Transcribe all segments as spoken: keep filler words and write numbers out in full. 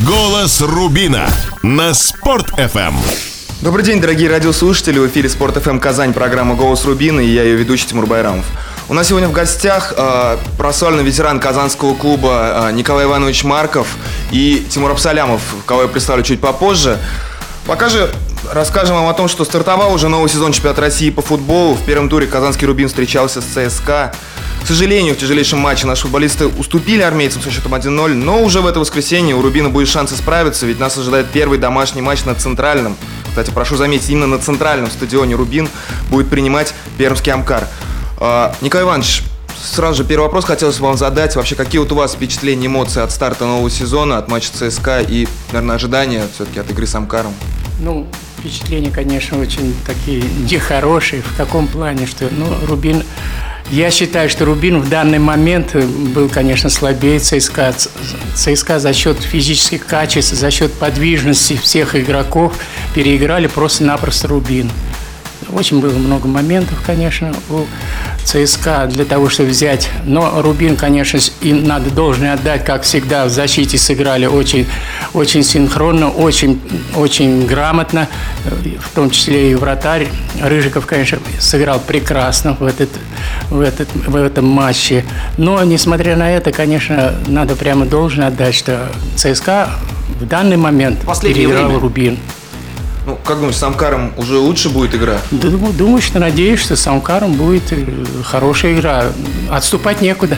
Голос Рубина на Спорт.ФМ. Добрый день, дорогие радиослушатели. В эфире Спорт.ФМ Казань, программа «Голос Рубина», и я ее ведущий Тимур Байрамов. У нас сегодня в гостях э, прославленный ветеран казанского клуба э, Николай Иванович Марков и Тимур Абсалямов, кого я представлю чуть попозже. Пока же расскажем вам о том, что стартовал уже новый сезон чемпионата России по футболу. В первом туре казанский «Рубин» встречался с ЦСКА. К сожалению, в тяжелейшем матче наши футболисты уступили армейцам со счетом один ноль, но уже в это воскресенье у «Рубина» будет шанс справиться, ведь нас ожидает первый домашний матч на центральном. Кстати, прошу заметить, именно на центральном стадионе «Рубин» будет принимать пермский «Амкар». А, Николай Иванович, сразу же первый вопрос хотелось вам задать. Вообще, какие вот у вас впечатления, эмоции от старта нового сезона, от матча ЦСКА и, наверное, ожидания все-таки от игры с «Амкаром»? Ну, впечатления, конечно, очень такие нехорошие. В каком плане, что, ну, «Рубин». Я считаю, что «Рубин» в данный момент был, конечно, слабее ЦСКА. ЦСКА за счет физических качеств, за счет подвижности всех игроков переиграли просто-напросто «Рубин». Очень было много моментов, конечно, у ЦСКА для того, чтобы взять. Но «Рубин», конечно, им надо должное отдать, как всегда, в защите сыграли очень, очень синхронно, очень, очень грамотно. В том числе и вратарь Рыжиков, конечно, сыграл прекрасно в, этот, в, этот, в этом матче. Но, несмотря на это, конечно, надо прямо должное отдать, что ЦСКА в данный момент переиграл «Рубин». Ну, как думаешь, с «Амкаром» уже лучше будет игра? Думаю, думаю, что надеюсь, что с «Амкаром» будет хорошая игра. Отступать некуда.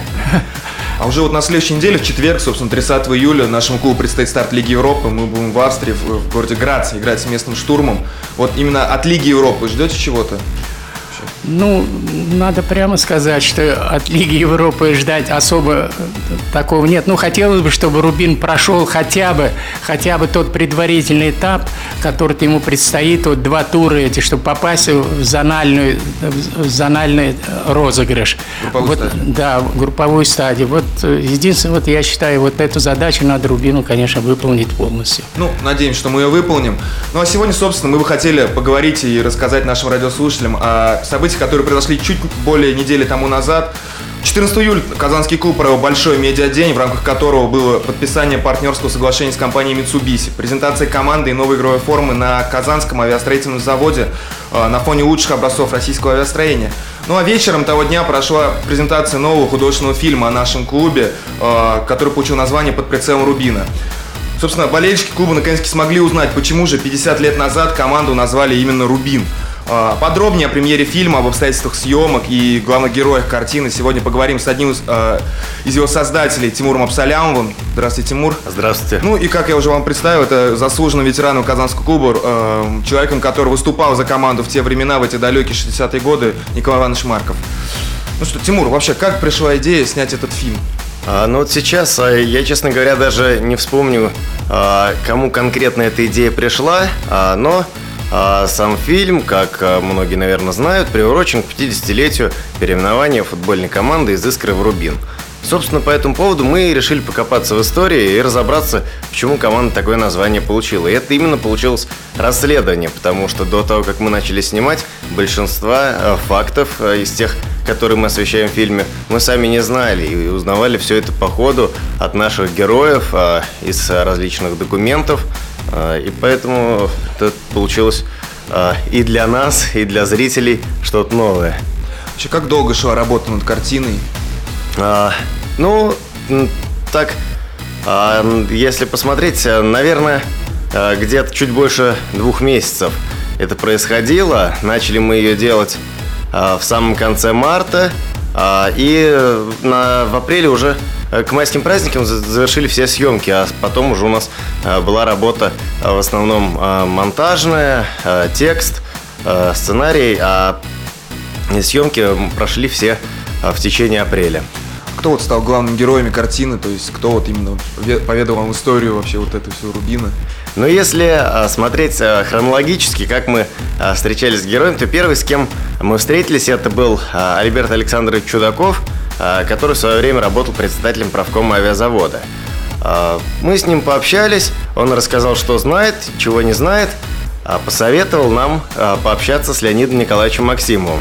А уже вот на следующей неделе, в четверг, собственно, тридцатого июля, нашему клубу предстоит старт Лиги Европы. Мы будем в Австрии, в городе Грац, играть с местным «Штурмом». Вот именно от Лиги Европы ждете чего-то? Ну, надо прямо сказать, что от Лиги Европы ждать особо такого нет. Ну, хотелось бы, чтобы «Рубин» прошел хотя бы, хотя бы тот предварительный этап, который ему предстоит, вот два тура эти, чтобы попасть в зональную, в зональный розыгрыш. Групповую вот, стадию. Да, в групповую стадию. Вот единственное, вот я считаю, вот эту задачу надо «Рубину», конечно, выполнить полностью. Ну, надеемся, что мы ее выполним. Ну, а сегодня, собственно, мы бы хотели поговорить и рассказать нашим радиослушателям о событиях, которые произошли чуть более недели тому назад. четырнадцатого июля Казанский клуб провел большой медиадень, в рамках которого было подписание партнерского соглашения с компанией Mitsubishi, презентация команды и новой игровой формы на Казанском авиастроительном заводе э, на фоне лучших образцов российского авиастроения. Ну а вечером того дня прошла презентация нового художественного фильма о нашем клубе, э, который получил название «Под прицелом Рубина». Собственно, болельщики клуба наконец-таки смогли узнать, почему же пятьдесят лет назад команду назвали именно «Рубин». Подробнее о премьере фильма, об обстоятельствах съемок и главных героях картины сегодня поговорим с одним из, э, из его создателей, Тимуром Абсалямовым. Здравствуйте, Тимур. Здравствуйте. Ну и, как я уже вам представил, это заслуженным ветераном Казанского клуба, э, человеком, который выступал за команду в те времена, в эти далекие шестидесятые годы, Николай Иванович Марков. Ну что, Тимур, вообще, как пришла идея снять этот фильм? А, ну вот сейчас а, я, честно говоря, даже не вспомню, а, кому конкретно эта идея пришла, а, но... А сам фильм, как многие, наверное, знают, приурочен к пятидесятилетию переименования футбольной команды из «Искры» в «Рубин». Собственно, по этому поводу мы решили покопаться в истории и разобраться, почему команда такое название получила. И это именно получилось расследование, потому что до того, как мы начали снимать, большинства фактов из тех, которые мы освещаем в фильме, мы сами не знали и узнавали все это по ходу от наших героев, из различных документов. И поэтому это получилось и для нас, и для зрителей что-то новое. Вообще, как долго шла работа над картиной? А, ну, так, а, если посмотреть, наверное, где-то чуть больше двух месяцев это происходило. Начали мы ее делать а, в самом конце марта, а, и на, в апреле уже к майским праздникам завершили все съемки, а потом уже у нас была работа в основном монтажная, текст, сценарий, а съемки прошли все в течение апреля. Кто вот стал главными героями картины, то есть кто вот именно поведал вам историю вообще вот этой всего «Рубина»? Ну, если смотреть хронологически, как мы встречались с героем, то первый, с кем мы встретились, это был Альберт Александрович Чудаков, который в свое время работал председателем правкома авиазавода. Мы с ним пообщались, он рассказал, что знает, чего не знает, посоветовал нам пообщаться с Леонидом Николаевичем Максимовым,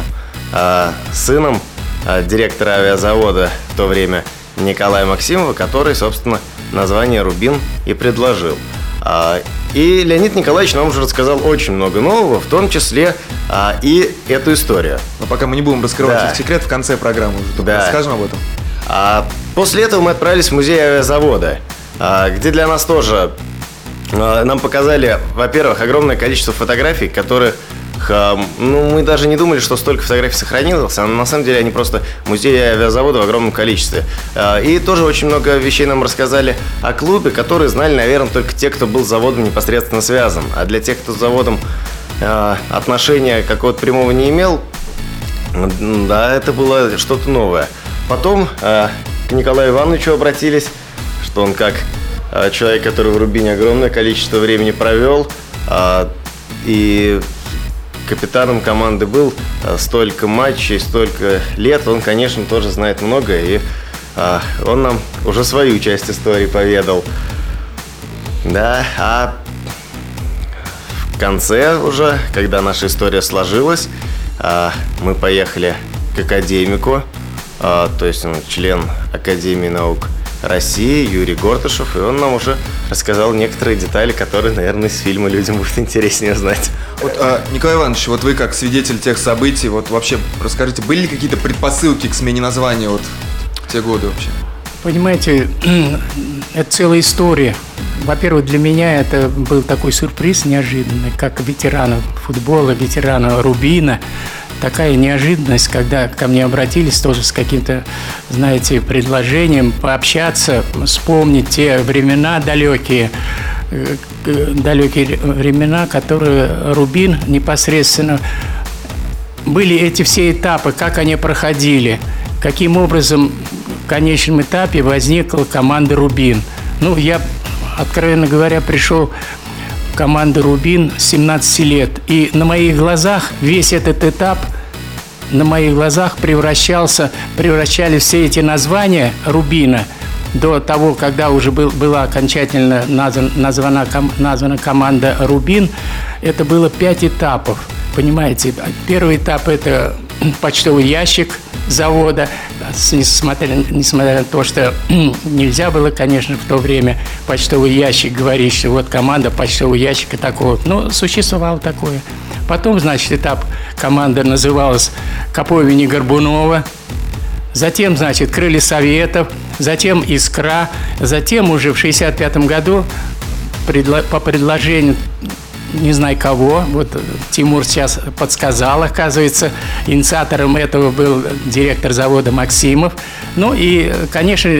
сыном директора авиазавода в то время Николая Максимова, который, собственно, название «Рубин» и предложил. И Леонид Николаевич нам уже рассказал очень много нового, в том числе а, и эту историю. Но пока мы не будем раскрывать Да. этот секрет, в конце программы уже только Да. расскажем об этом. А после этого мы отправились в музей авиазавода, а, где для нас тоже а, нам показали, во-первых, огромное количество фотографий, которые а, ну, мы даже не думали, что столько фотографий сохранилось, а на самом деле они просто в музее авиазавода в огромном количестве. А, и тоже очень много вещей нам рассказали о клубе, которые знали, наверное, только те, кто был с заводом непосредственно связан. А для тех, кто с заводом а, отношения какого-то прямого не имел, да, это было что-то новое. Потом а, к Николаю Ивановичу обратились, что он как а, человек, который в Рубине огромное количество времени провел, а, и капитаном команды был, а, столько матчей, столько лет, он, конечно, тоже знает много, и а, он нам уже свою часть истории поведал. Да, а в конце уже, когда наша история сложилась, а, мы поехали к академику, а, то есть он член Академии наук России, Юрий Гортышев, и он нам уже рассказал некоторые детали, которые, наверное, из фильма людям будет интереснее знать. Вот, а, Николай Иванович, вот вы как свидетель тех событий, вот вообще расскажите, были ли какие-то предпосылки к смене названия вот в те годы вообще? Понимаете, это целая история. Во-первых, для меня это был такой сюрприз неожиданный, как ветерана футбола, ветерана Рубина. Такая неожиданность, когда ко мне обратились тоже с каким-то, знаете, предложением пообщаться, вспомнить те времена далекие, далекие времена, которые Рубин непосредственно... Были эти все этапы, как они проходили, каким образом в конечном этапе возникла команда «Рубин». Ну, я, откровенно говоря, пришел в команду «Рубин» с семнадцати лет. И на моих глазах весь этот этап, на моих глазах превращался, превращали все эти названия «Рубина» до того, когда уже был, была окончательно назван, названа, названа команда «Рубин». Это было пять этапов. Понимаете, первый этап – это почтовый ящик завода, несмотря, несмотря на то, что нельзя было, конечно, в то время почтовый ящик говорить, что вот команда почтового ящика такого, но существовало такое. Потом, значит, этап команды называлась Коповини Горбунова, затем, значит, Крылья Советов, затем Искра, затем уже в шестьдесят пятом году по предложению не знаю кого, вот Тимур сейчас подсказал, оказывается, инициатором этого был директор завода Максимов. Ну и, конечно,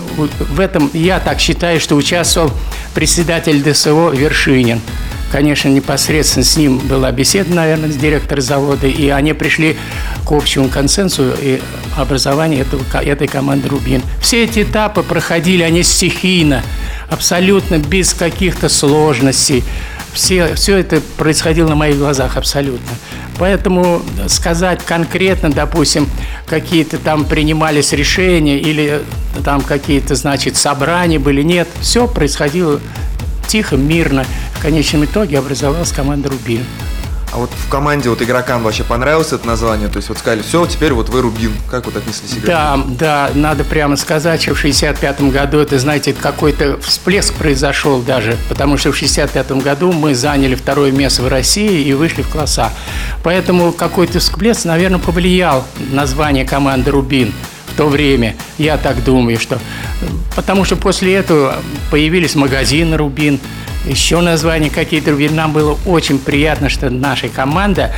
в этом, я так считаю, что участвовал председатель ДСО Вершинин. Конечно, непосредственно с ним была беседа, наверное, с директором завода, и они пришли к общему консенсусу и образованию этого, этой команды «Рубин». Все эти этапы проходили они стихийно, абсолютно без каких-то сложностей. Все, все это происходило на моих глазах абсолютно. Поэтому сказать конкретно, допустим, какие-то там принимались решения или там какие-то, значит, собрания были, нет. Все происходило тихо, мирно. В конечном итоге образовалась команда «Рубин». А вот в команде вот игрокам вообще понравилось это название? То есть вот сказали, все, теперь вот вы «Рубин». Как вот отнеслись игроки? Да, да, надо прямо сказать, что в шестьдесят пятом году, это, знаете, какой-то всплеск произошел даже, потому что в шестьдесят пятом году мы заняли второе место в России и вышли в класс А. Поэтому какой-то всплеск, наверное, повлиял на название команды «Рубин» в то время. Я так думаю, что... Потому что после этого появились магазины «Рубин», еще названия какие-то. Нам было очень приятно, что наша команда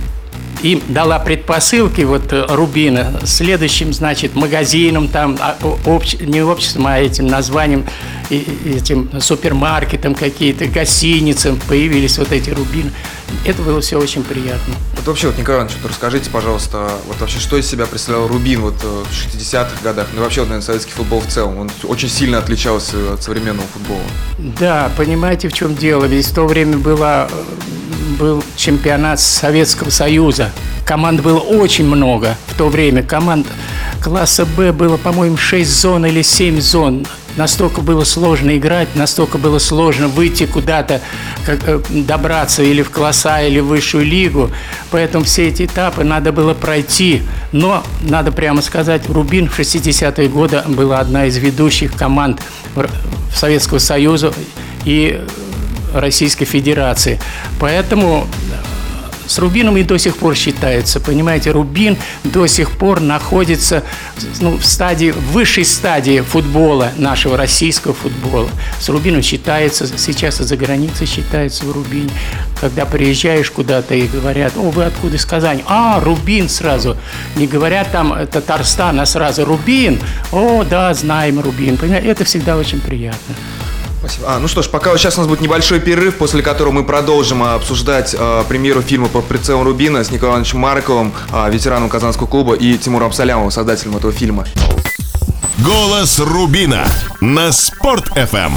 им дала предпосылки вот Рубина следующим, значит, магазином, там, обще, не обществом, а этим названием, этим супермаркетом какие-то, гостиницам появились вот эти Рубины. Это было все очень приятно. Вот вообще, вот, Николай Иванович, вот расскажите, пожалуйста, вот вообще, что из себя представлял Рубин вот в шестидесятых годах, ну и вообще, вот, наверное, советский футбол в целом, он очень сильно отличался от современного футбола. Да, понимаете, в чем дело, ведь в то время была, был чемпионат Советского Союза, команд было очень много в то время, команд класса Б было, по-моему, шесть зон или семь зон. настолько было сложно играть, настолько было сложно выйти куда-то, как, добраться или в класса, или в высшую лигу. Поэтому все эти этапы надо было пройти. Но, надо прямо сказать, «Рубин» в шестидесятые годы была одна из ведущих команд Советского Союза и Российской Федерации. Поэтому с «Рубином» и до сих пор считается. Понимаете, «Рубин» до сих пор находится, ну, в стадии, в высшей стадии футбола, нашего российского футбола. С «Рубином» считается, сейчас и за границей считается в «Рубине». Когда приезжаешь куда-то и говорят: «О, вы откуда, из Казани?» «А, «Рубин» сразу. Не говорят там Татарстан, а сразу «Рубин». «О, да, знаем «Рубин». Понимаете, это всегда очень приятно. Спасибо. А, ну что ж, пока вот сейчас у нас будет небольшой перерыв, после которого мы продолжим а, обсуждать а, премьеру фильма «Под прицелом Рубина» с Николаем Ивановичем Марковым, а, ветераном Казанского клуба, и Тимуром Абсалямовым, создателем этого фильма. Голос Рубина на Спорт-ФМ.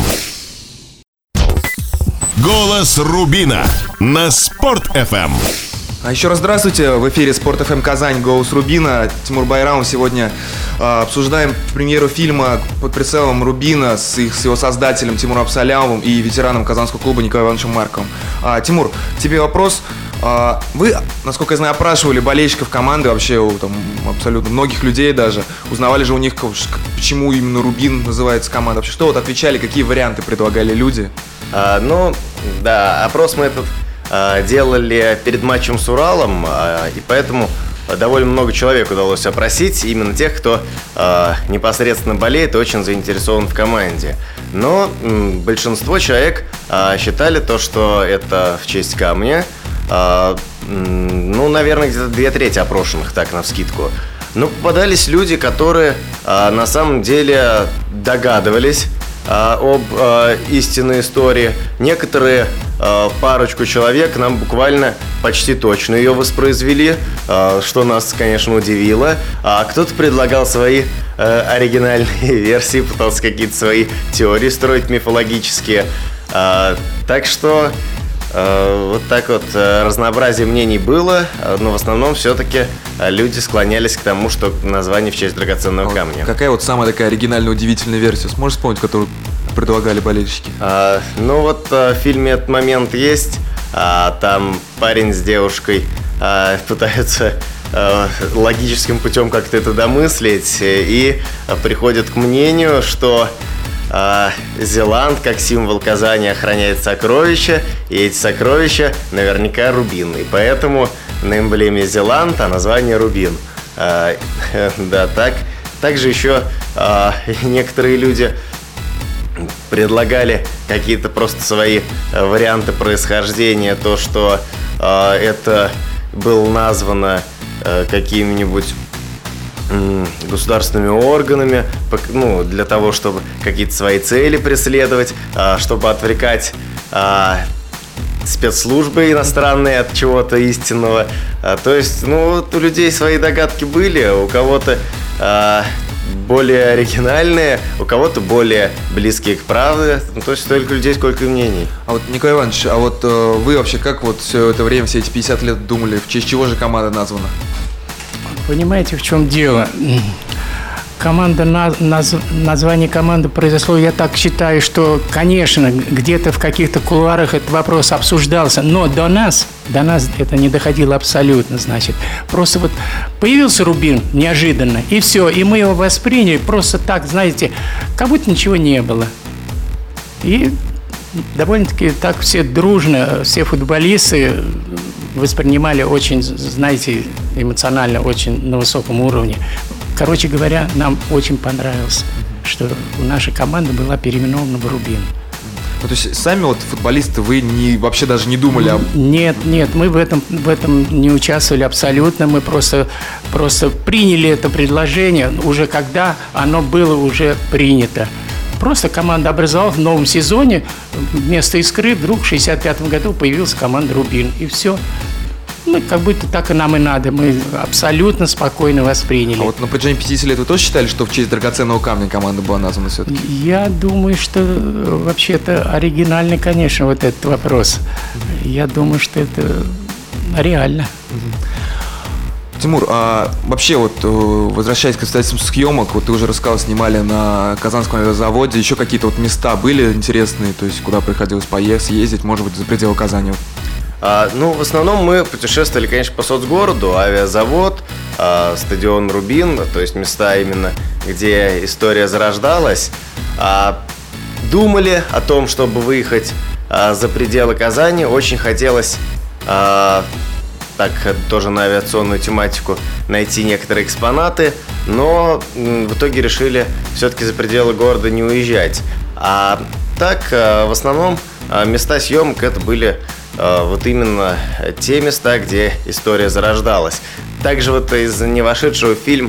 Голос Рубина на Спорт-ФМ. А еще раз здравствуйте, в эфире Спорт-ФМ Казань, голос Рубина, Тимур Байрамов. Сегодня э, обсуждаем премьеру фильма «Под прицелом Рубина» с, их, с его создателем Тимуром Абсалямовым и ветераном Казанского клуба Николаем Ивановичем Марковым. А, Тимур, тебе вопрос. А, вы, насколько я знаю, опрашивали болельщиков команды, вообще у там, абсолютно многих людей даже. Узнавали же у них, почему именно Рубин называется команда. Вообще, что вот отвечали, какие варианты предлагали люди? А, ну, да, опрос мы этот делали перед матчем с Уралом, и поэтому довольно много человек удалось опросить, именно тех, кто непосредственно болеет и очень заинтересован в команде. Но большинство человек считали то, что это в честь камня. Ну, наверное, где-то две трети опрошенных, так, навскидку. Но попадались люди, которые на самом деле догадывались об э, истинной истории. Некоторые, э, парочку человек, нам буквально почти точно ее воспроизвели, э, что нас, конечно, удивило. А кто-то предлагал свои э, оригинальные версии, пытался какие-то свои теории строить мифологические. Э, так что э, вот так вот э, разнообразие мнений было, но в основном все-таки люди склонялись к тому, что название в честь драгоценного а камня. Вот какая вот самая такая оригинальная, удивительная версия? Сможешь вспомнить, которую предлагали болельщики? А, ну вот а, в фильме этот момент есть. А, там парень с девушкой а, пытаются а, логическим путем как-то это домыслить и а, приходят к мнению, что а, Зеланд как символ Казани охраняет сокровища, и эти сокровища наверняка Рубин. И поэтому на эмблеме Зеланд, а название Рубин. А, да, так. Также еще а, некоторые люди предлагали какие-то просто свои варианты происхождения, то, что э, это было названо э, какими-нибудь э, государственными органами, ну, для того, чтобы какие-то свои цели преследовать, э, чтобы отвлекать э, спецслужбы иностранные от чего-то истинного. Э, то есть, ну, вот у людей свои догадки были, у кого-то э, более оригинальные, у кого-то более близкие к правде. Ну, то есть столько людей, сколько и мнений. А вот, Николай Иванович, а вот э, вы вообще как вот все это время, все эти пятьдесят лет думали, в честь чего же команда названа? Понимаете, в чем дело? Команда, наз, название команды произошло, я так считаю, что, конечно, где-то в каких-то кулуарах этот вопрос обсуждался, но до нас, до нас это не доходило абсолютно, значит. Просто вот появился Рубин неожиданно, и все, и мы его восприняли просто так, знаете, как будто ничего не было. И довольно-таки так все дружно, все футболисты воспринимали очень, знаете, эмоционально, очень на высоком уровне. Короче говоря, нам очень понравилось, что наша команда была переименована в «Рубин». Ну, то есть сами вот футболисты, вы не, вообще даже не думали об... Нет, нет, мы в этом, в этом не участвовали абсолютно. Мы просто, просто приняли это предложение уже когда оно было уже принято. Просто команда образовалась в новом сезоне. Вместо «Искры» вдруг в шестьдесят пятом году появилась команда «Рубин». И все. Ну, как будто так и нам и надо. Мы абсолютно спокойно восприняли. А вот на протяжении пятидесяти лет вы тоже считали, что в честь драгоценного камня команда была названа все-таки? Я думаю, что вообще-то оригинальный, конечно, вот этот вопрос. Я думаю, что это реально. Тимур, а вообще вот возвращаясь к обстоятельствам съемок, вот ты уже рассказал, снимали на Казанском авиазаводе, еще какие-то вот места были интересные, то есть куда приходилось поесть, ездить, может быть, за пределы Казани? А, ну, в основном мы путешествовали, конечно, по соцгороду, авиазавод, а, стадион Рубин, то есть места именно, где история зарождалась. А, думали о том, чтобы выехать а, за пределы Казани, очень хотелось... А, так, тоже на авиационную тематику, найти некоторые экспонаты, но в итоге решили все-таки за пределы города не уезжать. А так, в основном, места съемок это были вот именно те места, где история зарождалась. Также вот из не вошедшего в фильм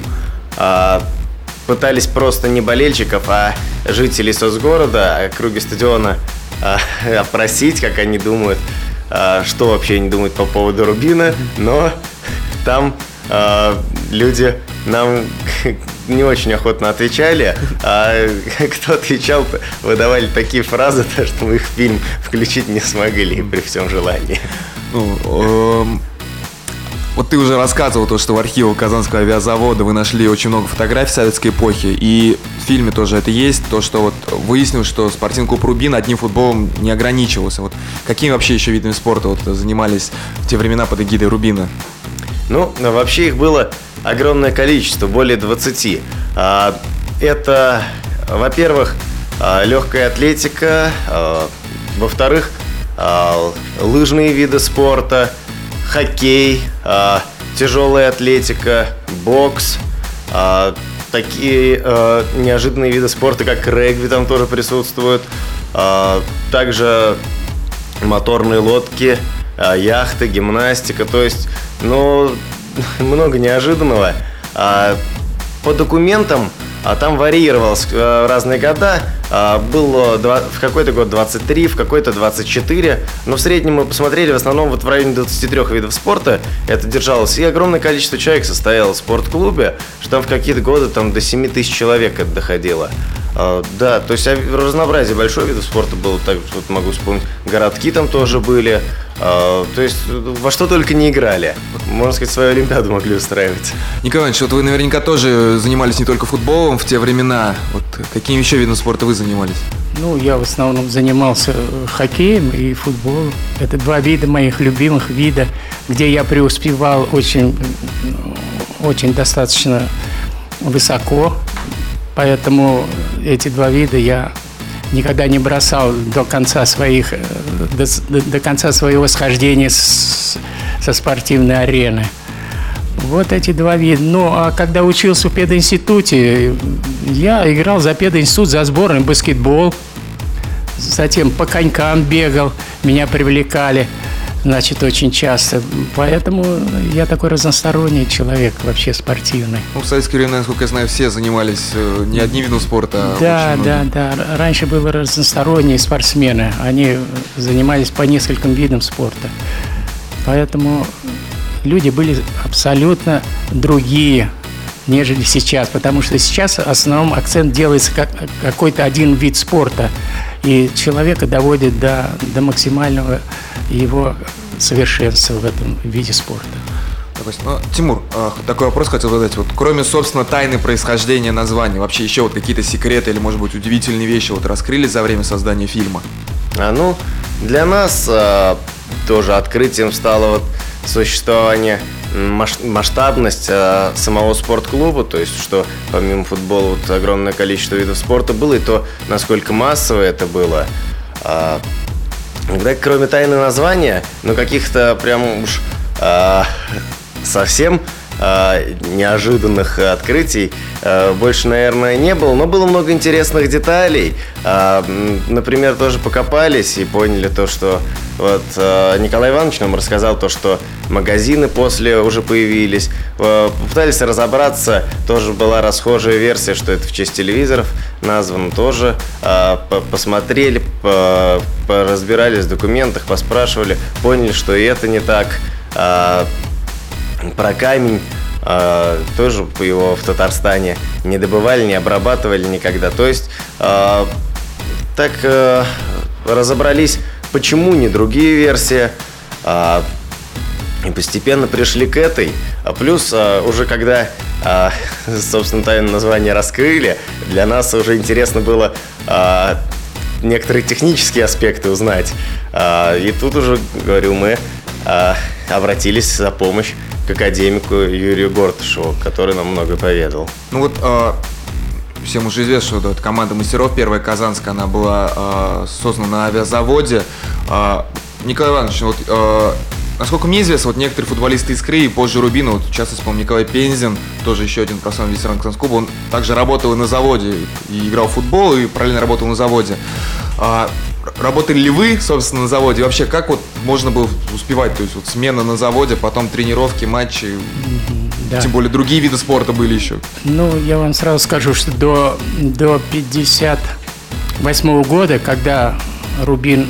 пытались просто не болельщиков, а жителей соцгорода, округи стадиона опросить, как они думают, что вообще они думают по поводу Рубина, но там э, люди нам не очень охотно отвечали, а кто отвечал, выдавали такие фразы, что мы их в фильм включить не смогли при всем желании. Ну, э, вот ты уже рассказывал то, что в архивах Казанского авиазавода вы нашли очень много фотографий советской эпохи, и в фильме тоже это есть, то, что вот выяснилось, что спортивный клуб «Рубин» одним футболом не ограничивался. Вот какими вообще еще видами спорта вот занимались в те времена под эгидой «Рубина»? Ну, вообще их было огромное количество, более двадцати. Это, во-первых, легкая атлетика, во-вторых, лыжные виды спорта, хоккей, э, тяжелая атлетика, бокс, э, такие э, неожиданные виды спорта, как регби, там тоже присутствуют, э, также моторные лодки, э, яхты, гимнастика, то есть, ну, много неожиданного. Э, по документам а там варьировалось э, разные года. Э, было два, в какой-то год двадцать три, в какой-то двадцать четыре. Но в среднем мы посмотрели, в основном вот в районе двадцати трёх видов спорта это держалось. И огромное количество человек состояло в спортклубе, что там в какие-то годы там, до семи тысяч человек это доходило. Uh, да, то есть разнообразие большое видов спорта было, так вот могу вспомнить, городки там тоже были, uh, то есть во что только не играли, можно сказать, свою олимпиаду могли устраивать. Николай Иванович, вот вы наверняка тоже занимались не только футболом в те времена, вот какими еще видами спорта вы занимались? Ну, я в основном занимался хоккеем и футболом, это два вида моих любимых вида, где я преуспевал очень, очень достаточно высоко. Поэтому эти два вида я никогда не бросал до конца своих, до, до конца своего схождения с, со спортивной арены. Вот эти два вида. Ну, а когда учился в пединституте, я играл за пединститут, за сборную баскетбол. Затем по конькам бегал, меня привлекали, значит, очень часто. Поэтому я такой разносторонний человек, вообще спортивный. Ну, в советское время, насколько я знаю, все занимались не одним видом спорта, а да, очень да, многим. да. Раньше были разносторонние спортсмены. Они занимались по нескольким видам спорта. Поэтому люди были абсолютно другие, нежели сейчас. Потому что сейчас в основном акцент делается как какой-то один вид спорта. И человека доводит до, до максимального его совершенства в этом виде спорта. Ну, Тимур, такой вопрос хотел задать. Вот, кроме, собственно, тайны происхождения названия, вообще еще вот какие-то секреты или, может быть, удивительные вещи вот раскрыли за время создания фильма? А, ну, для нас а, тоже открытием стало вот существование, масштабность а, самого спортклуба, то есть, что помимо футбола вот огромное количество видов спорта было, и то, насколько массово это было. А, да, кроме тайны названия, ну, каких-то прям уж а, совсем а, неожиданных открытий а, больше, наверное, не было, но было много интересных деталей. А, например, тоже покопались и поняли то, что вот а, Николай Иванович нам рассказал то, что магазины после уже появились. А, попытались разобраться, тоже была расхожая версия, что это в честь телевизоров названо тоже. А, посмотрели, по, поразбирались в документах, поспрашивали, поняли, что и это не так. А, про камень а, тоже его в Татарстане не добывали, не обрабатывали никогда. То есть а, так а, разобрались, почему не другие версии. А, И постепенно пришли к этой. А плюс а, уже когда, а, собственно, тайное название раскрыли, для нас уже интересно было а, некоторые технические аспекты узнать. А, и тут уже, говорю, мы а, обратились за помощь к академику Юрию Гортышеву, который нам много поведал. Ну вот а, всем уже известно, что вот, команда мастеров, первая казанская, она была а, создана на авиазаводе. А, Николай Иванович, вот... А, насколько мне известно, вот некоторые футболисты «Искры» и позже «Рубина», вот в частности, по-моему, Николай Пензин, тоже еще один профессиональный ветеран Казанского клуба, он также работал и на заводе, и играл в футбол, и параллельно работал на заводе. А, работали ли вы, собственно, на заводе? И вообще, как вот можно было успевать? То есть вот смена на заводе, потом тренировки, матчи, Да. тем более другие виды спорта были еще. Ну, я вам сразу скажу, что до, до пятьдесят восьмого года, когда «Рубин»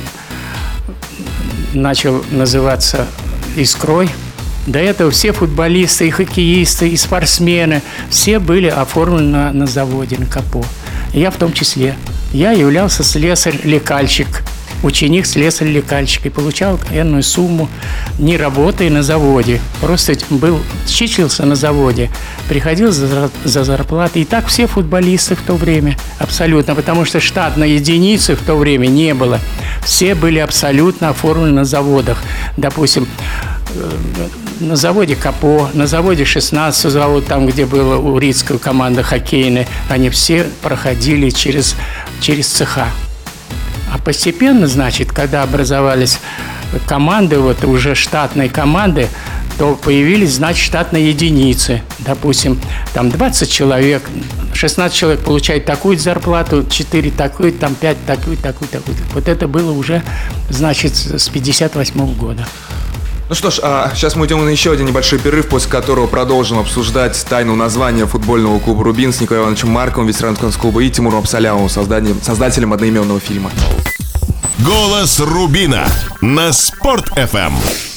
начал называться «Искрой», до этого все футболисты, и хоккеисты, и спортсмены, все были оформлены на, на заводе, на КАПО. И я в том числе. Я являлся слесарь-лекальщик, ученик слесарь-лекальщик, и получал энную сумму, не работая на заводе. Просто был, числился на заводе, приходил за, за зарплатой. И так все футболисты в то время, абсолютно, потому что штатной единицы в то время не было. Все были абсолютно оформлены на заводах. Допустим, на заводе КАПО, на заводе шестнадцать завод, там, где была урицкая команда хоккейная, они все проходили через, через цеха. А постепенно, значит, когда образовались команды, вот уже штатные команды, то появились, значит, штатные единицы. Допустим, там двадцать человек, шестнадцать человек получают такую зарплату, четыре такую, там пять такую, такую, такую. Вот это было уже, значит, с пятьдесят восьмого года. Ну что ж, а сейчас мы идем на еще один небольшой перерыв, после которого продолжим обсуждать тайну названия футбольного клуба «Рубин» с Николаем Ивановичем Марковым, ветераном Казанского клуба, и Тимуром Абсалямовым, создателем одноименного фильма. Голос Рубина на Спорт-эф эм.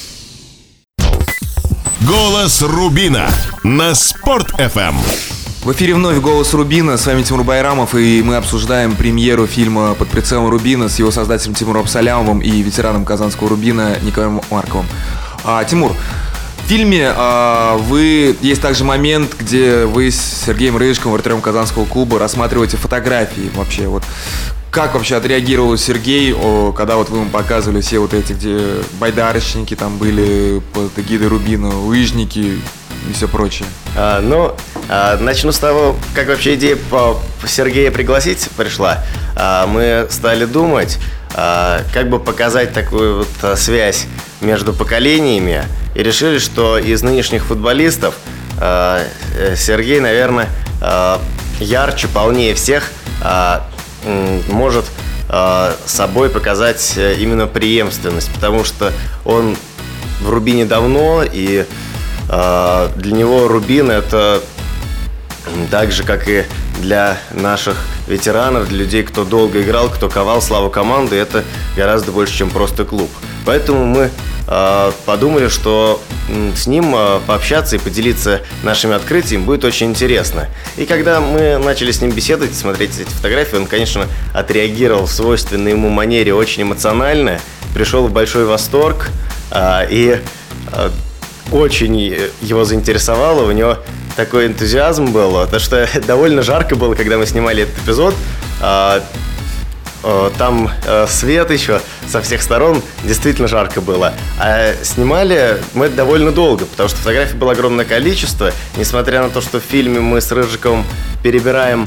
Голос Рубина на Спорт-эф эм. В эфире вновь «Голос Рубина», с вами Тимур Байрамов, и мы обсуждаем премьеру фильма «Под прицелом Рубина» с его создателем Тимуром Абсалямовым и ветераном Казанского Рубина Николаем Марковым. А, Тимур, в фильме а, вы есть также момент, где вы с Сергеем Рыжковым, вратарем Казанского клуба, рассматриваете фотографии вообще. Вот как вообще отреагировал Сергей, о, когда вот вы ему показывали все вот эти, где байдарочники там были, под эгидой Рубина, лыжники и все прочее? А, ну, а, начну с того, как вообще идея по Сергея пригласить пришла. А, мы стали думать, а, как бы показать такую вот а, связь между поколениями, и решили, что из нынешних футболистов а, Сергей, наверное, а, ярче, полнее всех а, м, может а, собой показать именно преемственность, потому что он в Рубине давно, и для него Рубин — это так же, как и для наших ветеранов, для людей, кто долго играл, кто ковал славу команды, это гораздо больше, чем просто клуб. Поэтому мы э, подумали, что с ним э, пообщаться и поделиться нашими открытиями будет очень интересно. И когда мы начали с ним беседовать, смотреть эти фотографии, он, конечно, отреагировал в свойственной ему манере очень эмоционально, пришел в большой восторг э, и э, очень его заинтересовало, у него такой энтузиазм был, потому что довольно жарко было, когда мы снимали этот эпизод. Там свет еще со всех сторон, действительно жарко было. А снимали мы довольно долго, потому что фотографий было огромное количество. Несмотря на то, что в фильме мы с Рыжиковым перебираем,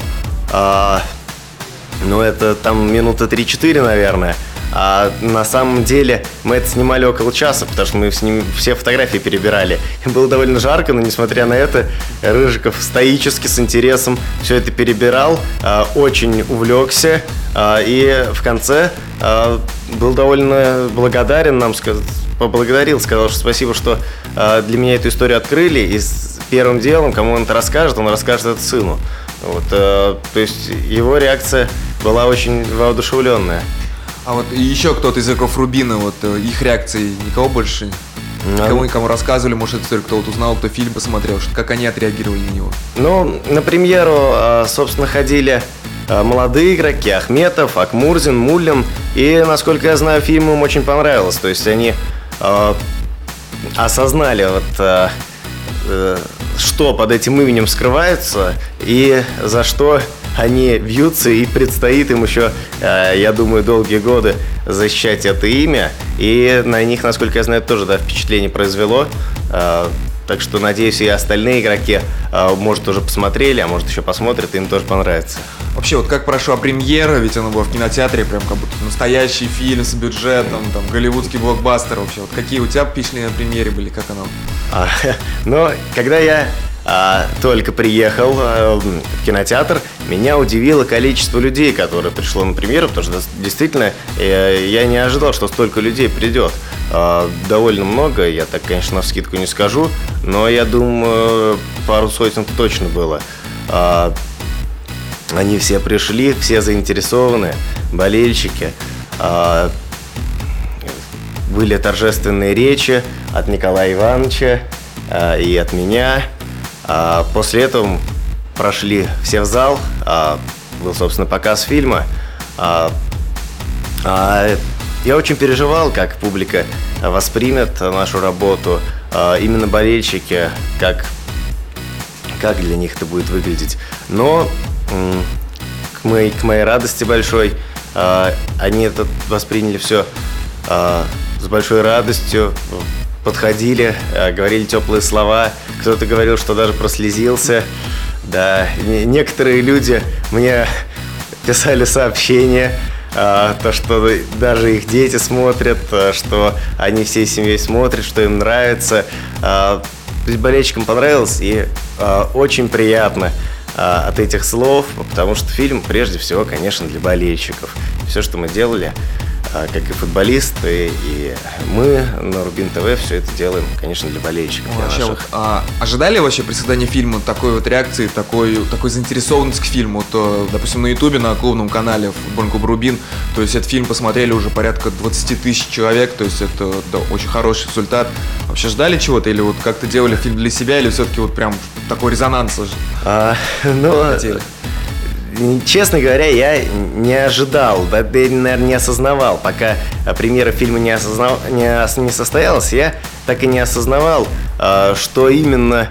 ну это там минуты три-четыре, наверное. А на самом деле мы это снимали около часа, потому что мы с ним все фотографии перебирали. И было довольно жарко, но несмотря на это, Рыжиков стоически, с интересом все это перебирал, очень увлекся, и в конце был довольно благодарен нам, поблагодарил, сказал, что спасибо, что для меня эту историю открыли, и первым делом, кому он это расскажет, он расскажет это сыну. Вот, то есть его реакция была очень воодушевленная. А вот еще кто-то из игроков Рубина, вот их реакции никого больше? Кому никому рассказывали, может, эту историю, кто вот узнал, кто фильм посмотрел, что, как они отреагировали на него? Ну, на премьеру, собственно, ходили молодые игроки: Ахметов, Акмурзин, Муллин. И, насколько я знаю, фильм им очень понравился. То есть они осознали, вот, э, э, что под этим именем скрывается и за что они вьются, и предстоит им еще, э, я думаю, долгие годы защищать это имя. И на них, насколько я знаю, тоже, да, впечатление произвело. Э, так что, надеюсь, и остальные игроки, э, может, уже посмотрели, а может, еще посмотрят, и им тоже понравится. Вообще, вот как прошла премьера, ведь она была в кинотеатре, прям как будто настоящий фильм с бюджетом, там, голливудский блокбастер вообще. Вот какие у тебя впечатления на премьере были, как она? А, но когда я а, только приехал а, в кинотеатр, меня удивило количество людей, которое пришло на премьеру, потому что действительно я, я не ожидал, что столько людей придет. А, довольно много, я так, конечно, навскидку не скажу, но я думаю, пару сотен точно было. А, они все пришли, все заинтересованы, болельщики. А, были торжественные речи от Николая Ивановича а, и от меня. А, после этого прошли все в зал, а, был, собственно, показ фильма. А, а, я очень переживал, как публика воспримет нашу работу, а, именно болельщики, как, как для них это будет выглядеть. Но м- к, моей, к моей радости большой, а, они это восприняли все а, с большой радостью, подходили, говорили теплые слова. Кто-то говорил, что даже прослезился. Да, некоторые люди мне писали сообщения, то, что даже их дети смотрят, что они всей семьей смотрят, что им нравится. То есть болельщикам понравилось, и очень приятно от этих слов, потому что фильм прежде всего, конечно, для болельщиков. Все, что мы делали, как и футболисты, и мы на Рубин ТВ все это делаем, конечно, для болельщиков. Для вообще, наших. Вот, а, ожидали вообще при создании фильма такой вот реакции, такой, такой заинтересованности к фильму? То, допустим, на Ютубе, на клубном канале футбольный клуб Рубин, то есть этот фильм посмотрели уже порядка двадцать тысяч человек, то есть это, да, очень хороший результат. Вообще ждали чего-то, или вот как-то делали фильм для себя, или все-таки вот прям такой резонанс а, ну, хотели? Честно говоря, я не ожидал, да, наверное, не осознавал. Пока премьера фильма не, осознав... не, не состоялась, я так и не осознавал, что именно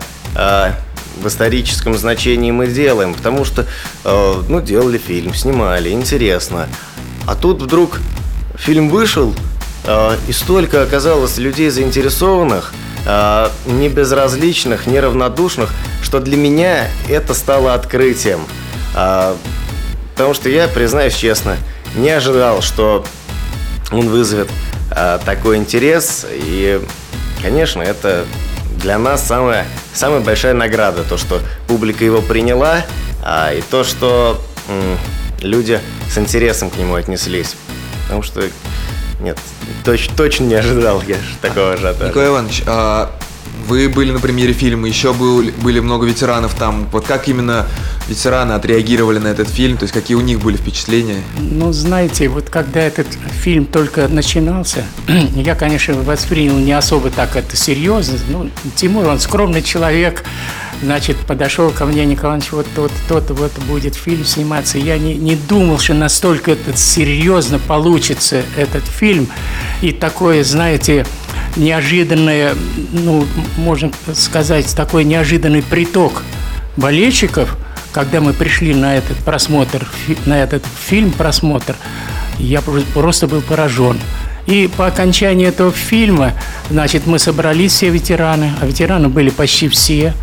в историческом значении мы делаем. Потому что, ну, делали фильм, снимали, интересно. А тут вдруг фильм вышел, и столько оказалось людей заинтересованных, не безразличных, не равнодушных, что для меня это стало открытием. А, потому что я, признаюсь честно, не ожидал, что он вызовет а, такой интерес. И, конечно, это для нас самая, самая большая награда. То, что публика его приняла, а, и то, что м, люди с интересом к нему отнеслись. Потому что, нет, точ, точно не ожидал я такого ажиотажа. Николай Иванович, а вы были на премьере фильма, еще был, были много ветеранов там. Вот как именно ветераны отреагировали на этот фильм? То есть какие у них были впечатления? Ну, знаете, вот когда этот фильм только начинался, я, конечно, воспринял не особо так это серьезно. Ну, Тимур, он скромный человек. Значит, подошел ко мне Николай Иванович, вот тот, тот, вот будет фильм сниматься. Я не, не думал, что настолько это серьезно получится, этот фильм. И такое, знаете, неожиданное, ну, можно сказать, такой неожиданный приток болельщиков, когда мы пришли на этот просмотр, на этот фильм просмотр, я просто был поражен. И по окончании этого фильма, значит, мы собрались все ветераны, а ветераны были почти все,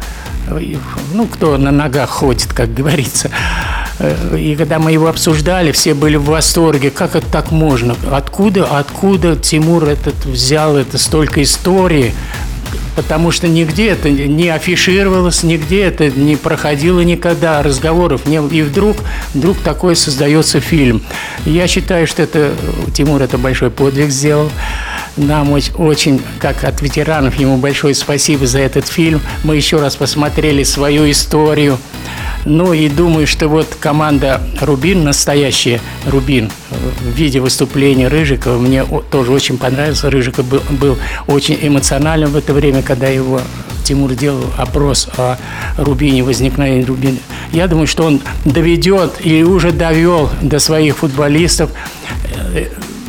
ну, кто на ногах ходит, как говорится. И когда мы его обсуждали, все были в восторге. Как это так можно? Откуда, откуда Тимур этот взял это столько истории? Потому что нигде это не афишировалось, нигде это не проходило никогда, разговоров не было. И вдруг, вдруг такой создается фильм. Я считаю, что это Тимур это большой подвиг сделал. Нам очень, очень, как от ветеранов, ему большое спасибо за этот фильм. Мы еще раз посмотрели свою историю. Ну и думаю, что вот команда «Рубин», настоящая «Рубин», в виде выступления Рыжикова, мне тоже очень понравился. Рыжиков был, был очень эмоциональным в это время, когда его Тимур делал опрос о «Рубине», возникновении «Рубина». Я думаю, что он доведет или уже довел до своих футболистов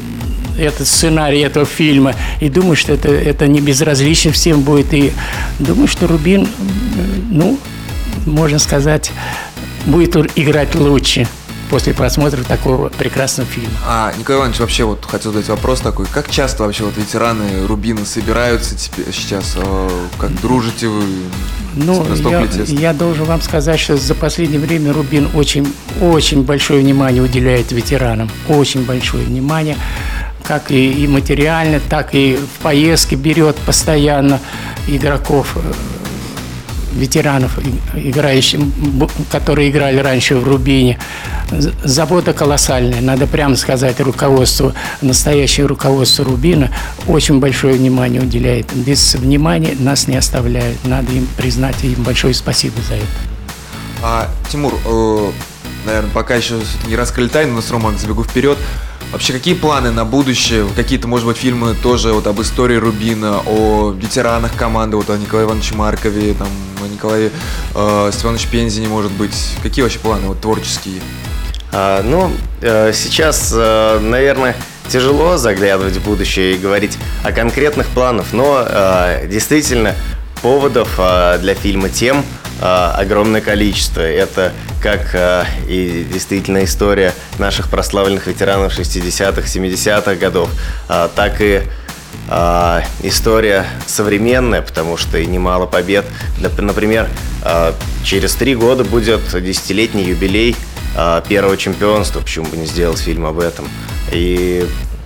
этот сценарий этого фильма. И думаю, что это, это не безразлично всем будет. И думаю, что Рубин, ну, можно сказать, будет играть лучше после просмотра такого прекрасного фильма. А, Николай Иванович, вообще вот хотел задать вопрос такой. Как часто вообще вот ветераны Рубина собираются теперь, сейчас? Как дружите вы? Ну, я, я должен вам сказать, что за последнее время Рубин очень, очень большое внимание уделяет ветеранам. Очень большое внимание. Как и, и материально, так и в поездке берет постоянно игроков, ветеранов, играющих, которые играли раньше в Рубине. Забота колоссальная, надо прямо сказать руководству, настоящее руководство Рубина очень большое внимание уделяет. Без внимания нас не оставляют, надо им признать, и им большое спасибо за это. А, Тимур, э, наверное, пока еще не раскрыли тайну, но сразу забегу вперед. Вообще, какие планы на будущее? Какие-то, может быть, фильмы тоже вот об истории Рубина, о ветеранах команды, вот о Николае Ивановиче Маркове, там, о Николае э, Степановиче Пензине, может быть. Какие вообще планы вот, творческие? А, ну, э, сейчас, э, наверное, тяжело заглядывать в будущее и говорить о конкретных планах, но э, действительно поводов э, для фильма, тем э, огромное количество. Это как э, и действительно история наших прославленных ветеранов шестидесятых, семидесятых годов, э, так и э, история современная, потому что и немало побед. Например, э, через три года будет десятилетний юбилей э, первого чемпионства, почему бы не сделать фильм об этом. И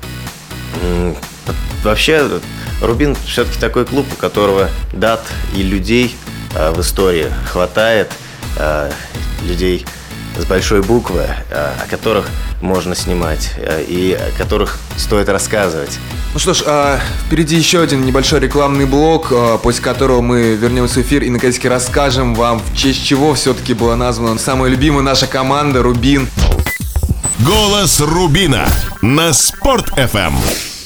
э, вообще Рубин все-таки такой клуб, у которого дат и людей э, в истории хватает, э, людей с большой буквы, э, о которых можно снимать э, и о которых стоит рассказывать. Ну что ж, э, впереди еще один небольшой рекламный блок, э, после которого мы вернемся в эфир и наконец-таки расскажем вам, в честь чего все-таки была названа самая любимая наша команда «Рубин». Голос Рубина на Спорт-ФМ.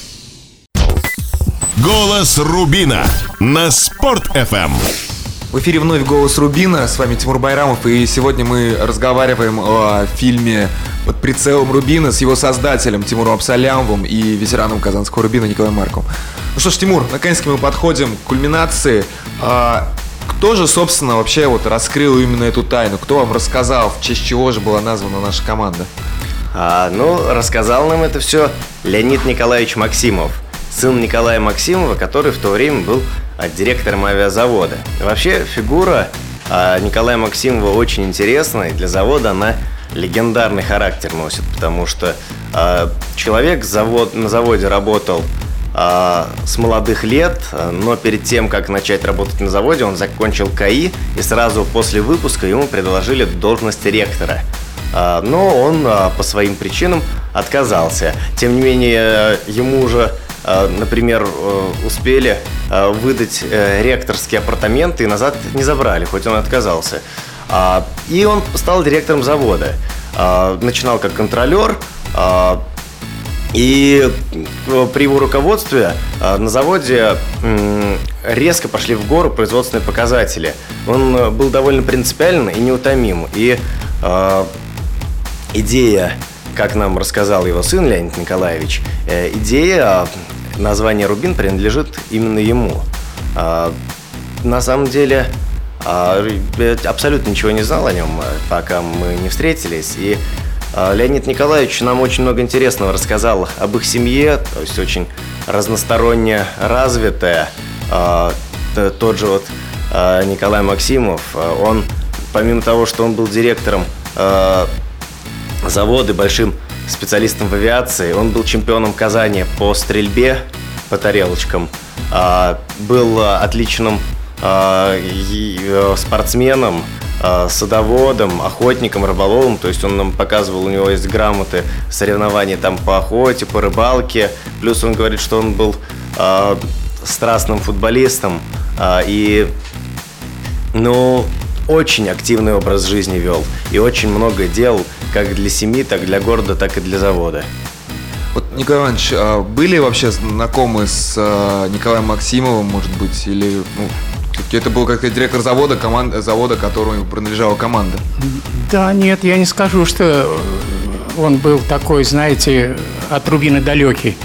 Голос Рубина на Спорт-ФМ. В эфире вновь «Голос Рубина», с вами Тимур Байрамов, и сегодня мы разговариваем о фильме «Под прицелом Рубина» с его создателем Тимуром Абсалямовым и ветераном казанского Рубина Николаем Марковым. Ну что ж, Тимур, наконец-таки мы подходим к кульминации. А кто же, собственно, вообще вот раскрыл именно эту тайну? Кто вам рассказал, в честь чего же была названа наша команда? А, ну, рассказал нам это все Леонид Николаевич Максимов, сын Николая Максимова, который в то время был директором авиазавода. Вообще, фигура а, Николая Максимова очень интересная, и для завода она легендарный характер носит, потому что а, человек завод, на заводе работал а, с молодых лет, но перед тем, как начать работать на заводе, он закончил КАИ, и сразу после выпуска ему предложили должность ректора. А, но он а, по своим причинам отказался. Тем не менее, ему уже например, успели выдать ректорские апартаменты и назад не забрали, хоть он отказался. И он стал директором завода. Начинал как контролер, и при его руководстве на заводе резко пошли в гору производственные показатели. Он был довольно принципиален и неутомим. И идея, как нам рассказал его сын Леонид Николаевич, идея названия «Рубин» принадлежит именно ему. На самом деле, я абсолютно ничего не знал о нем, пока мы не встретились. И Леонид Николаевич нам очень много интересного рассказал об их семье, то есть очень разносторонне развитая. Тот же вот Николай Максимов, он, помимо того, что он был директором завода, большим специалистом в авиации, он был чемпионом Казани по стрельбе по тарелочкам, был отличным спортсменом, садоводом, охотником, рыболовом. То есть он нам показывал, у него есть грамоты соревнований там по охоте, по рыбалке. Плюс он говорит, что он был страстным футболистом и, ну, очень активный образ жизни вел и очень много делал как для семьи, так для города, так и для завода. Вот, Николай Иванович, а были вообще знакомы с а, Николаем Максимовым, может быть, или ну, это был как-то директор завода, команда, завода, которому принадлежала команда? Да, нет, я не скажу, что он был такой, знаете, от Рубина далекий.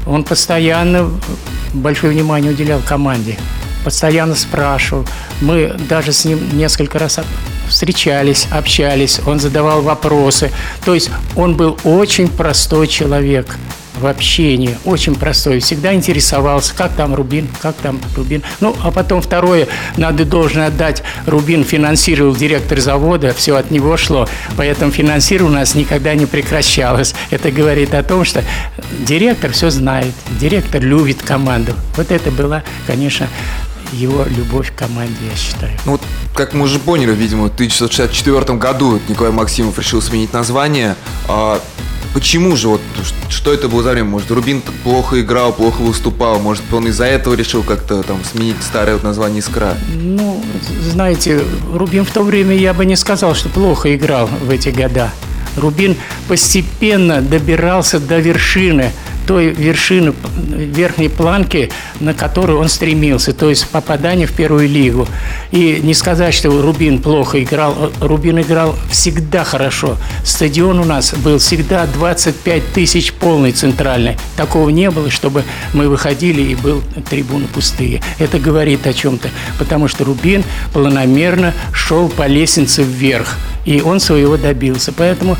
Он постоянно большое внимание уделял команде, постоянно спрашивал. Мы даже с ним несколько раз встречались, общались, он задавал вопросы. То есть он был очень простой человек в общении, очень простой. Всегда интересовался, как там Рубин, как там Рубин. Ну, а потом второе, надо должное отдать, Рубин финансировал директор завода, все от него шло, поэтому финансирование у нас никогда не прекращалось. Это говорит о том, что директор все знает, директор любит команду. Вот это была, конечно, его любовь к команде, я считаю. Ну вот, как мы уже поняли, видимо, в тысяча девятьсот шестьдесят четвёртом году Николай Максимов решил сменить название. А почему же? Вот, что это было за время? Может, Рубин плохо играл, плохо выступал? Может, он из-за этого решил как-то там сменить старое вот название «Искра»? Ну, знаете, Рубин в то время, я бы не сказал, что плохо играл в эти года. Рубин постепенно добирался до вершины, той вершины, верхней планки, на которую он стремился, то есть попадание в первую лигу. И не сказать, что Рубин плохо играл, Рубин играл всегда хорошо. Стадион у нас был всегда двадцать пять тысяч полный, центральный. Такого не было, чтобы мы выходили и был трибуны пустые. Это говорит о чем-то, потому что Рубин планомерно шел по лестнице вверх. И он своего добился. Поэтому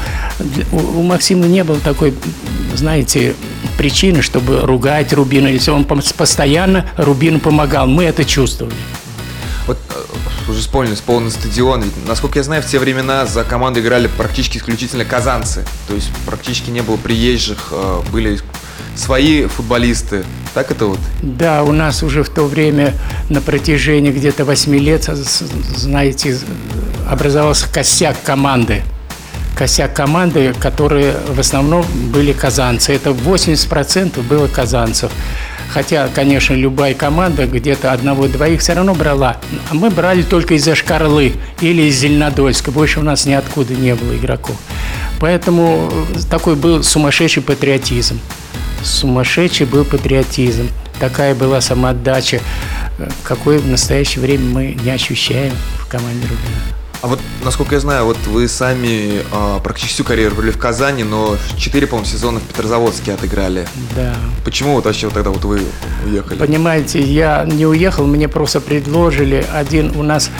у Максима не было такой, знаете, причины, чтобы ругать Рубина. Если он постоянно Рубину помогал, мы это чувствовали. Вот уже вспомнили, полный стадион. Ведь, насколько я знаю, в те времена за команду играли практически исключительно казанцы. То есть практически не было приезжих, были свои футболисты. Так это вот? Да, у нас уже в то время на протяжении где-то восьми лет, знаете, образовался костяк команды. Костяк команды, которые в основном были казанцы. Это восемьдесят процентов было казанцев. Хотя, конечно, любая команда где-то одного-двоих все равно брала. А мы брали только из Йошкар-Олы или из Зеленодольска. Больше у нас ниоткуда не было игроков. Поэтому такой был сумасшедший патриотизм. Сумасшедший был патриотизм. Такая была самоотдача, какой в настоящее время мы не ощущаем в команде Рубина. А вот, насколько я знаю, вот вы сами а, практически всю карьеру были в Казани, но четыре, по-моему, сезона в Петрозаводске отыграли. Да. Почему вот вообще вот тогда вот вы уехали? Понимаете, я не уехал, мне просто предложили. Один у нас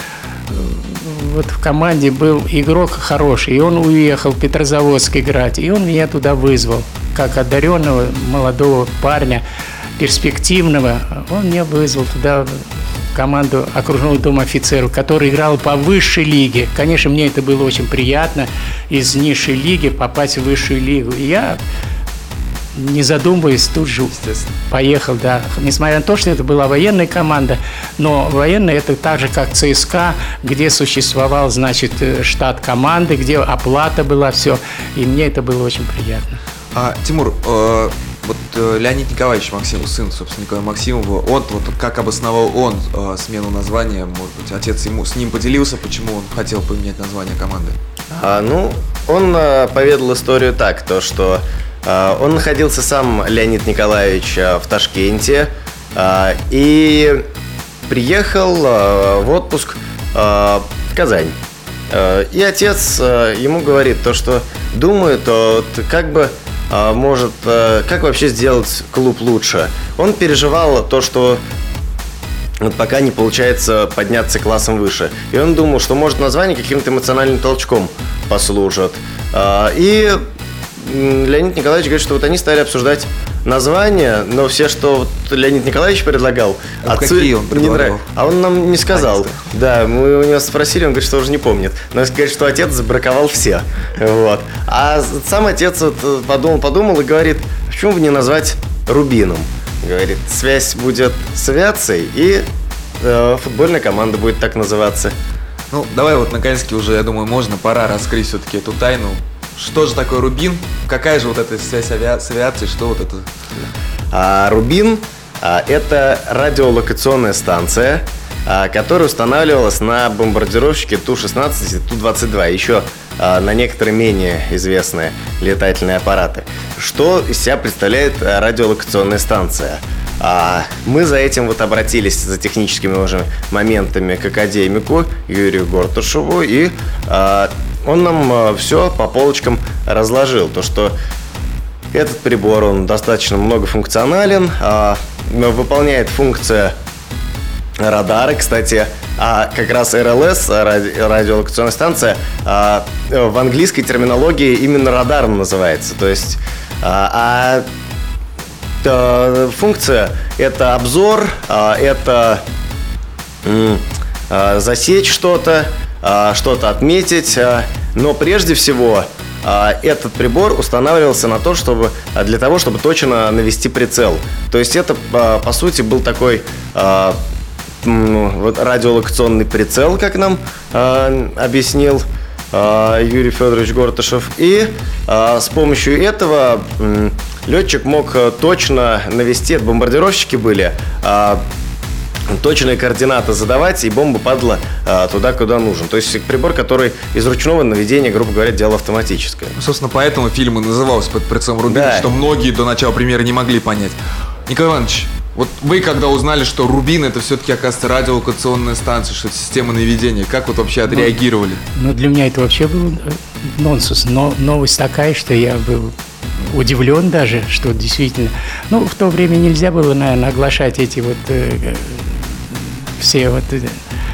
вот в команде был игрок хороший, и он уехал в Петрозаводск играть, и он меня туда вызвал, как одаренного молодого парня, перспективного. Он меня вызвал туда, команду окружного дома офицеров, который играл по высшей лиге. Конечно, мне это было очень приятно, из низшей лиги попасть в высшую лигу. И я, не задумываясь, тут же поехал, да. Несмотря на то, что это была военная команда, но военная это так же, как ЦСКА, где существовал, значит, штат команды, где оплата была, все. И мне это было очень приятно. А, Тимур, э, вот э, Леонид Николаевич Максимов, сын, собственно, Николая Максимова, он, вот как обосновал он э, смену названия, может быть, отец ему с ним поделился, почему он хотел поменять название команды? А, ну, он э, поведал историю так, то, что э, он находился сам, Леонид Николаевич, э, в Ташкенте э, и приехал э, в отпуск э, в Казань. Э, и отец э, ему говорит то, что думает, то, как бы может, как вообще сделать клуб лучше. Он переживал то, что вот пока не получается подняться классом выше. И он думал, что может название каким-то эмоциональным толчком послужит. И Леонид Николаевич говорит, что вот они стали обсуждать название, но все, что вот Леонид Николаевич предлагал, а отцу какие он не нравилось. А он нам не сказал. А, да, мы у него спросили, он говорит, что уже не помнит. Но он говорит, что отец забраковал все. Вот. А сам отец вот подумал, подумал и говорит, почему бы не назвать Рубином? Говорит, связь будет с авиацией, и э, футбольная команда будет так называться. Ну, давай вот наконец-таки уже, я думаю, можно, пора раскрыть все-таки эту тайну. Что же такое Рубин? Какая же вот эта связь авиа- с авиацией? Что вот это? А, Рубин а, – это радиолокационная станция, а, которая устанавливалась на бомбардировщике Ту шестнадцать и Ту двадцать два. Еще а, на некоторые менее известные летательные аппараты. Что из себя представляет а, радиолокационная станция? А, мы за этим вот обратились, за техническими уже моментами, к академику Юрию Гортушеву, и а, он нам все по полочкам разложил. То, что этот прибор, он достаточно многофункционален, а, выполняет функции радара, кстати, а как раз эр эл эс, ради, радиолокационная станция, а, в английской терминологии именно радаром называется. То есть, а, а функция – это обзор, а, это м, а, засечь что-то, а, что-то отметить, а, но прежде всего а, этот прибор устанавливался на то, чтобы, для того, чтобы точно навести прицел. То есть это, а, по сути, был такой а, вот радиолокационный прицел, как нам э, объяснил э, Юрий Федорович Гортышев. И э, с помощью этого э, летчик мог точно навести, это бомбардировщики были, э, точные координаты задавать, и бомба падала э, туда, куда нужен. То есть прибор, который из ручного наведения, грубо говоря, делал автоматическое. Собственно, поэтому фильм и назывался «Под прицелом Рубина», да. Что многие до начала премьеры не могли понять. Николай Иванович, вот вы, когда узнали, что Рубин — это все-таки, оказывается, радиолокационная станция, что это система наведения, как вот вообще отреагировали? Ну, ну для меня это вообще был нонсенс. Но новость такая, что я был удивлен даже, что действительно... Ну, в то время нельзя было, наверное, оглашать эти вот... Э, все вот... Э,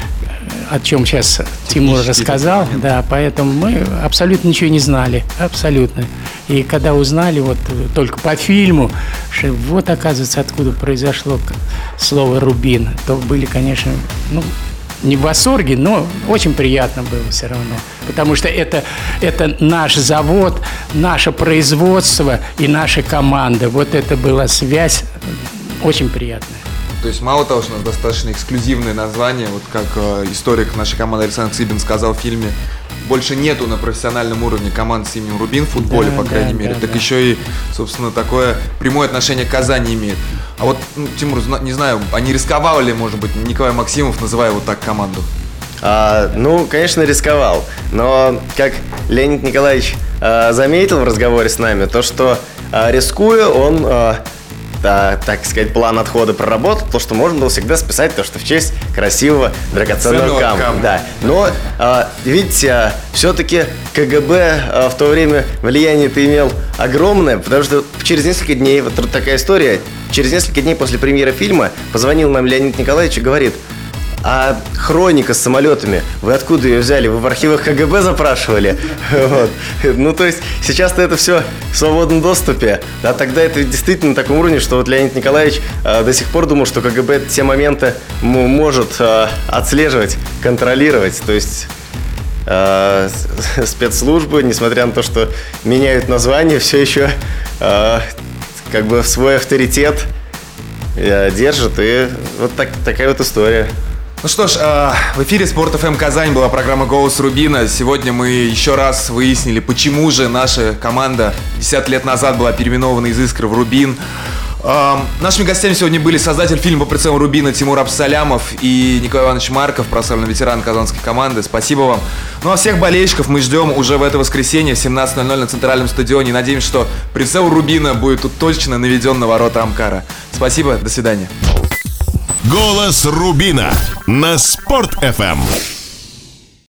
о чем сейчас Тимур рассказал, да, поэтому мы абсолютно ничего не знали, абсолютно. И когда узнали вот только по фильму, что вот, оказывается, откуда произошло слово «Рубин», то были, конечно, ну, не в восторге, но очень приятно было все равно. Потому что это, это наш завод, наше производство и наша команда. Вот это была связь очень приятная. То есть мало того, что у нас достаточно эксклюзивное название, вот как э, историк нашей команды Александр Цыбин сказал в фильме, больше нету на профессиональном уровне команд с именем Рубин в футболе, да, по крайней да, мере, да, так да. Еще и, собственно, такое прямое отношение к Казани имеет. А вот, ну, Тимур, не знаю, а не рисковал ли, может быть, Николай Максимов, называя вот так команду? А, ну, конечно, рисковал, но, как Леонид Николаевич а, заметил в разговоре с нами, то, что а, рискуя, он... А, Да, так сказать, план отхода проработал, то, что можно было всегда списать, то, что в честь красивого драгоценного камня. Да. Но, а, видите, а, все-таки ка гэ бэ а, в то время влияние-то имел огромное, потому что через несколько дней, вот такая история, через несколько дней после премьеры фильма позвонил нам Леонид Николаевич и говорит: а хроника с самолетами, вы откуда ее взяли? Вы в архивах ка гэ бэ запрашивали? Вот. Ну, то есть, сейчас-то это все в свободном доступе. А тогда это действительно на таком уровне, что вот Леонид Николаевич а, до сих пор думал, что ка гэ бэ все моменты может а, отслеживать, контролировать. То есть, а, спецслужбы, несмотря на то, что меняют название, все еще а, как бы свой авторитет а, держат. И вот так, такая вот история. Ну что ж, в эфире Спорт эф эм Казань была программа «Голос Рубина». Сегодня мы еще раз выяснили, почему же наша команда десять лет назад была переименована из «Искры» в «Рубин». Нашими гостями сегодня были создатель фильма «По прицелу Рубина» Тимур Абсалямов и Николай Иванович Марков, прославленный ветеран казанской команды. Спасибо вам. Ну а всех болельщиков мы ждем уже в это воскресенье в семнадцать ноль ноль на Центральном стадионе. Надеемся, что прицел Рубина будет тут точно наведен на ворота Амкара. Спасибо, до свидания. «Голос Рубина» на Спорт эф эм.